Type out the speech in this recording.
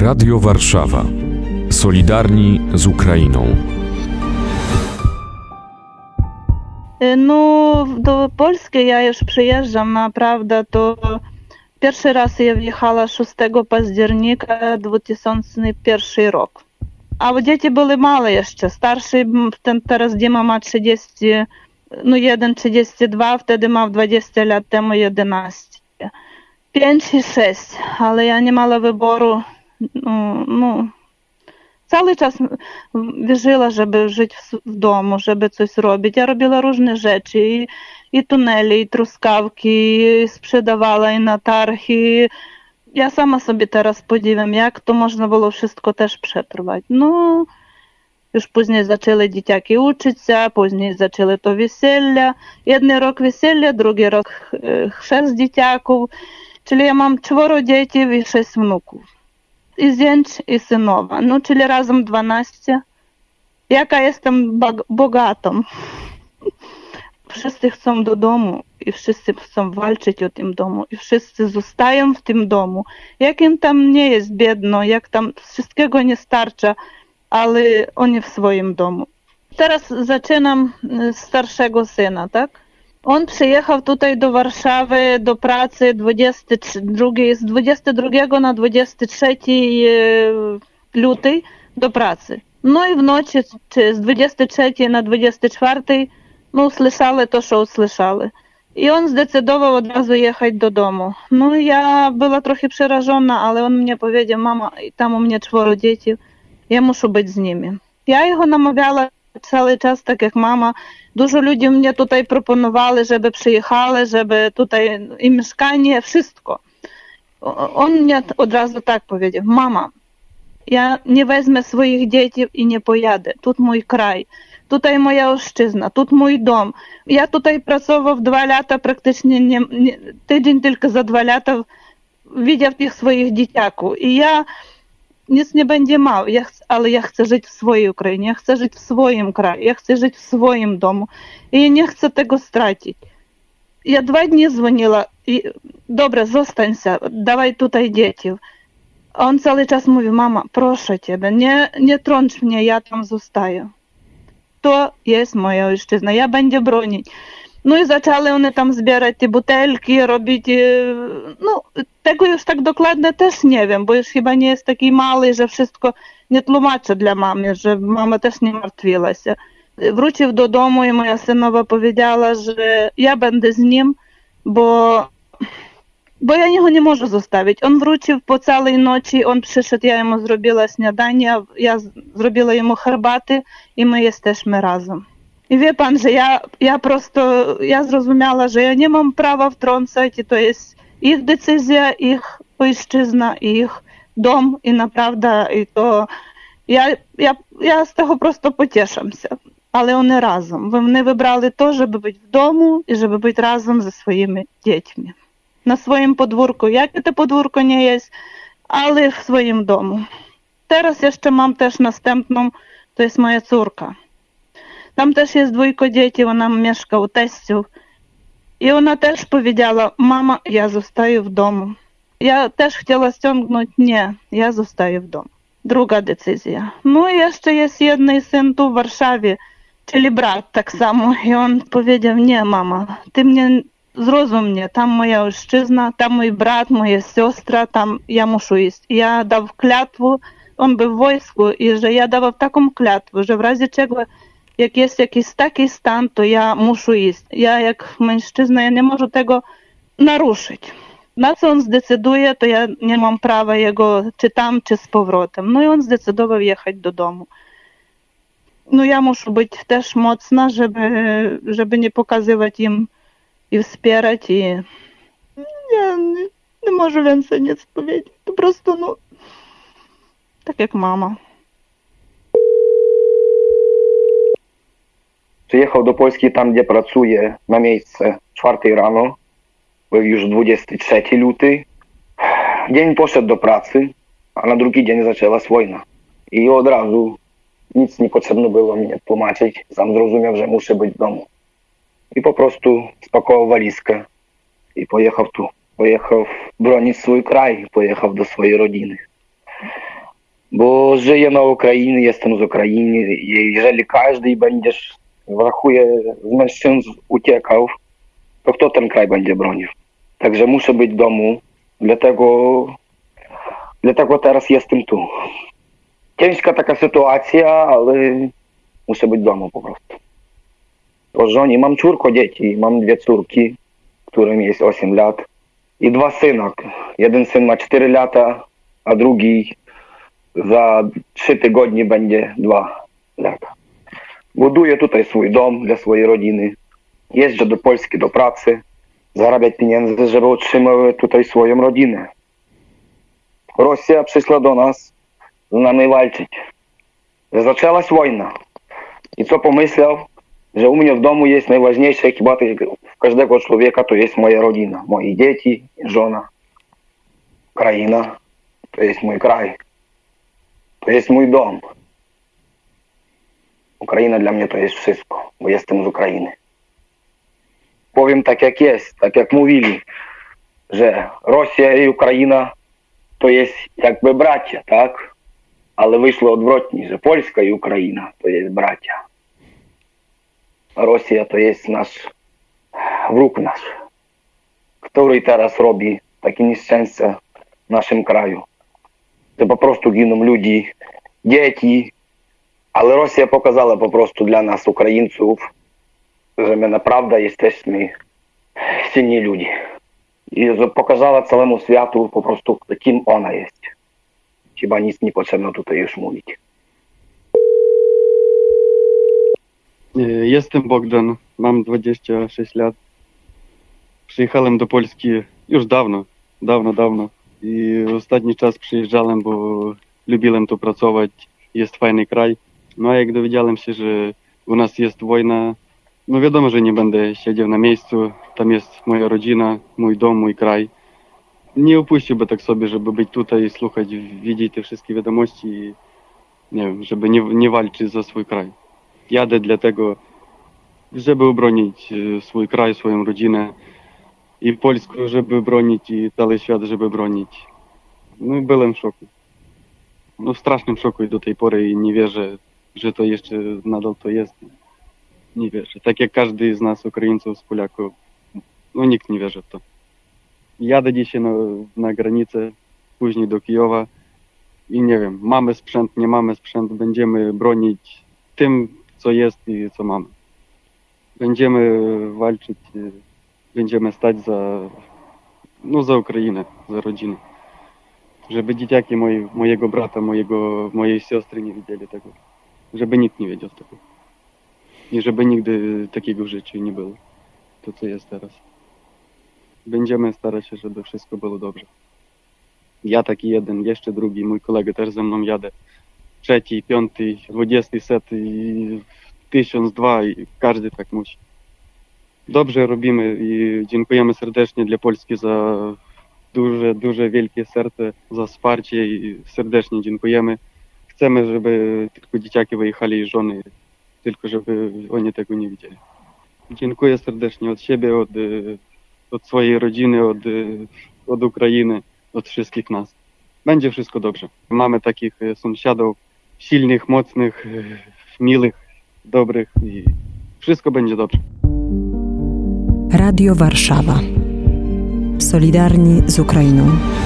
Radio Warszawa. Solidarni z Ukrainą. No, do Polski ja już przyjeżdżam, naprawdę, to pierwszy raz ja wjechała 6 października 2001 rok. A dzieci były małe jeszcze, starszy, ten teraz Dima ma 32, wtedy ma 20 lat temu 11. 5 i 6, ale ja nie miała wyboru. Cały czas wierzyła, żeby żyć w domu, żeby coś robić. Ja robiła różne rzeczy, i tunele, i truskawki, i sprzedawała, i na targi. Ja sama sobie teraz podziwiam, jak to można było wszystko też przetrwać. No, już później zaczęły dzieciaki uczyć się, później zaczęły to wesele. Jeden rok wesele, drugi rok chrzest dzieciaków. Czyli ja mam 4 dzieci i 6 wnuków. I zięć, i synowa. No, czyli razem 12. Jaka jestem bogatą. Wszyscy chcą do domu i wszyscy chcą walczyć o tym domu i wszyscy zostają w tym domu. Jak im tam nie jest biedno, jak tam wszystkiego nie starcza, ale oni w swoim domu. Teraz zaczynam z starszego syna, tak? On przyjechał tutaj do Warszawy do pracy z 22 na 23 luty do pracy. No i w nocy, czy z 23 na 24, usłyszeli to, co usłyszeli. I on zdecydował od razu jechać do domu. No ja była trochę przerażona, ale on mnie powiedział: mama, tam u mnie 4 dzieci, ja muszę być z nimi. Ja jego namawiała cały czas, tak jak mama. Dużo ludzi mnie tutaj proponowali, żeby przyjechali, żeby tutaj i mieszkanie, wszystko. On mnie od razu tak powiedział: mama, ja nie wezmę swoich dzieci i nie pojadę. Тут mój kraj, tutaj moja ojczyzna, тут mój dom. Ja tutaj pracował 2 lata, praktycznie tydzień tylko za 2 lata widział tych swoich dzieciaków. I ja nic nie będzie mało, ale ja chcę żyć w swojej Ukrainie, ja chcę żyć w swoim kraju, ja chcę żyć w swoim domu i ja nie chcę tego stracić. Ja 2 dni dzwoniła i dobra, zostań się, dawaj tutaj dzieci. On cały czas mówi: mama, proszę ciebie, nie trąć mnie, ja tam zostaję. To jest moja ojczyzna, ja będę bronić. No i zaczęli one tam zbierać te butelki, robić, no tego już tak dokładnie też nie wiem, bo już chyba nie jest taki mały, że wszystko nie tłumaczę dla mamy, że mama też nie martwiła się. Wrócił do domu i moja synowa powiedziała, że ja będę z nim, bo ja go nie mogę zostawić. On wrócił po całej nocy, on przyszedł, ja jemu zrobiła śniadanie, ja zrobiła jemu herbaty i my jesteśmy razem. I wie pan, że ja zrozumiała, że ja nie mam prawa wtrącać i to jest ich decyzja, ich ojczyzna, ich dom i naprawdę i to ja z tego просто pocieszam się. Ale one razem. Вони wybrali to, żeby być w domu i żeby być razem ze swoimi dziećmi. Na swoim podwórku, jakie to podwórko nie jest, ale w swoim domu. Teraz jeszcze mam też następną, to jest moja córka. Tam też jest 2 dzieci, ona mieszka u teściu. I ona też powiedziała: mama, ja zostaję w domu. Ja też chciała ściągnąć, nie, ja zostaję w domu. Druga decyzja. No i jeszcze jest jeden syn tu w Warszawie, czyli brat tak samo. I on powiedział: nie, mama, ty mnie zrozum mnie, tam moja ojczyzna, tam mój brat, moja siostra, tam ja muszę iść. I ja dał klятву, on był w wojsku, i że ja dawał taką klятву, że w razie czego, jak jest jakiś taki stan, to ja muszę iść. Ja jak mężczyzna, ja nie mogę tego naruszyć. Na co on zdecyduje, to ja nie mam prawa jego czy tam, czy z powrotem. No i on zdecydował jechać do domu. No ja muszę być też mocna, żeby nie pokazywać im i wspierać i nie może więcej nic powiedzieć. Po prostu tak jak mama. Przyjechał do Polski tam, gdzie pracuję, na miejsce 4 rano. Był już 23 luty. Dzień poszedł do pracy, a na drugi dzień zaczęła się wojna. I od razu nic nie potrzebno było mnie tłumaczyć. Sam zrozumiał, że muszę być w domu. I po prostu spakował walizkę i pojechał tu. Pojechał bronić swój kraj, pojechał do swojej rodziny. bo żyję na Ukrainie, jestem z Ukrainy i jeżeli każdy będzie wrachuje z mężczyzn uciekał, to kto ten kraj będzie bronił? Także muszę być w domu, dlatego teraz jestem tu. Ciężka taka sytuacja, ale muszę być w domu po prostu. Po żonie mam 4 dzieci, mam 2 córki, którym jest 8 lat i 2 syna. Jeden syn ma 4 lata, a drugi za 3 tygodnie będzie 2 lata. Buduję tutaj swój dom dla swojej rodziny. Jeżdżę do Polski do pracy, zarabiać pieniądze, żeby utrzymać tutaj swoją rodzinę. Rosja przyszła do nas z nami walczyć. Zaczęłaś wojna. I co pomyślał? Że u mnie w domu jest najważniejsze, chyba w każdego człowieka to jest moja rodzina. Moje dzieci, żona, kraina. To jest mój kraj. To jest mój dom. Ukraina dla mnie to jest wszystko, bo jestem z Ukrainy. Powiem tak jak jest, tak jak mówili, że Rosja i Ukraina to jest jakby bracia, tak? Ale wyszło odwrotnie, że Polska i Ukraina to jest bracia. A Rosja to jest nasz wróg nasz, który teraz robi takie nieszczęścia w naszym kraju. To po prostu giną ludzie, dzieci, ale Rosja pokazała po prostu dla nas, Ukraińców, że my naprawdę jesteśmy silni ludzie. I pokazała całemu światu po prostu, kim ona jest. Chyba nic nie potrzebno tutaj już mówić. Jestem Bogdan, mam 26 lat. Przyjechałem do Polski już dawno. I ostatni czas przyjeżdżałem, bo lubiłem tu pracować. Jest fajny kraj. No a jak dowiedziałem się, że u nas jest wojna, no wiadomo, że nie będę siedział na miejscu. Tam jest moja rodzina, mój dom, mój kraj. Nie upuściłby tak sobie, żeby być tutaj i słuchać, widzieć te wszystkie wiadomości i nie wiem, żeby nie walczyć za swój kraj. Jadę dlatego, żeby obronić swój kraj, swoją rodzinę i Polskę, żeby bronić i cały świat, żeby bronić. No i byłem w szoku. No w strasznym szoku i do tej pory i nie wierzę, że to jeszcze nadal to jest. Nie wierzę. Tak jak każdy z nas, Ukraińców, z Polaków, no nikt nie wierzy w to. Jadę dzisiaj na granicę, później do Kijowa i nie wiem, mamy sprzęt, nie mamy sprzęt, będziemy bronić tym, co jest i co mamy. Będziemy walczyć, będziemy stać za Ukrainę, za rodzinę. Żeby dzieciaki mojego brata, mojej siostry nie widzieli tego. Żeby nikt nie wiedział tego. I żeby nigdy takiego w życiu nie było. To, co jest teraz. Będziemy starać się, żeby wszystko było dobrze. Ja taki jeden, jeszcze drugi, mój kolega też ze mną jadę. 3., 5., 20 set i 1002 i każdy tak musi. Dobrze robimy i dziękujemy serdecznie dla Polski za duże, wielkie serce, za wsparcie i serdecznie dziękujemy. Chcemy, żeby tylko dzieciaki wyjechali i żony, tylko żeby oni tego nie widzieli. Dziękuję serdecznie od siebie, od swojej rodziny, od Ukrainy, od wszystkich nas. Będzie wszystko dobrze. Mamy takich sąsiadów silnych, mocnych, miłych, dobrych i wszystko będzie dobrze. Radio Warszawa. Solidarni z Ukrainą.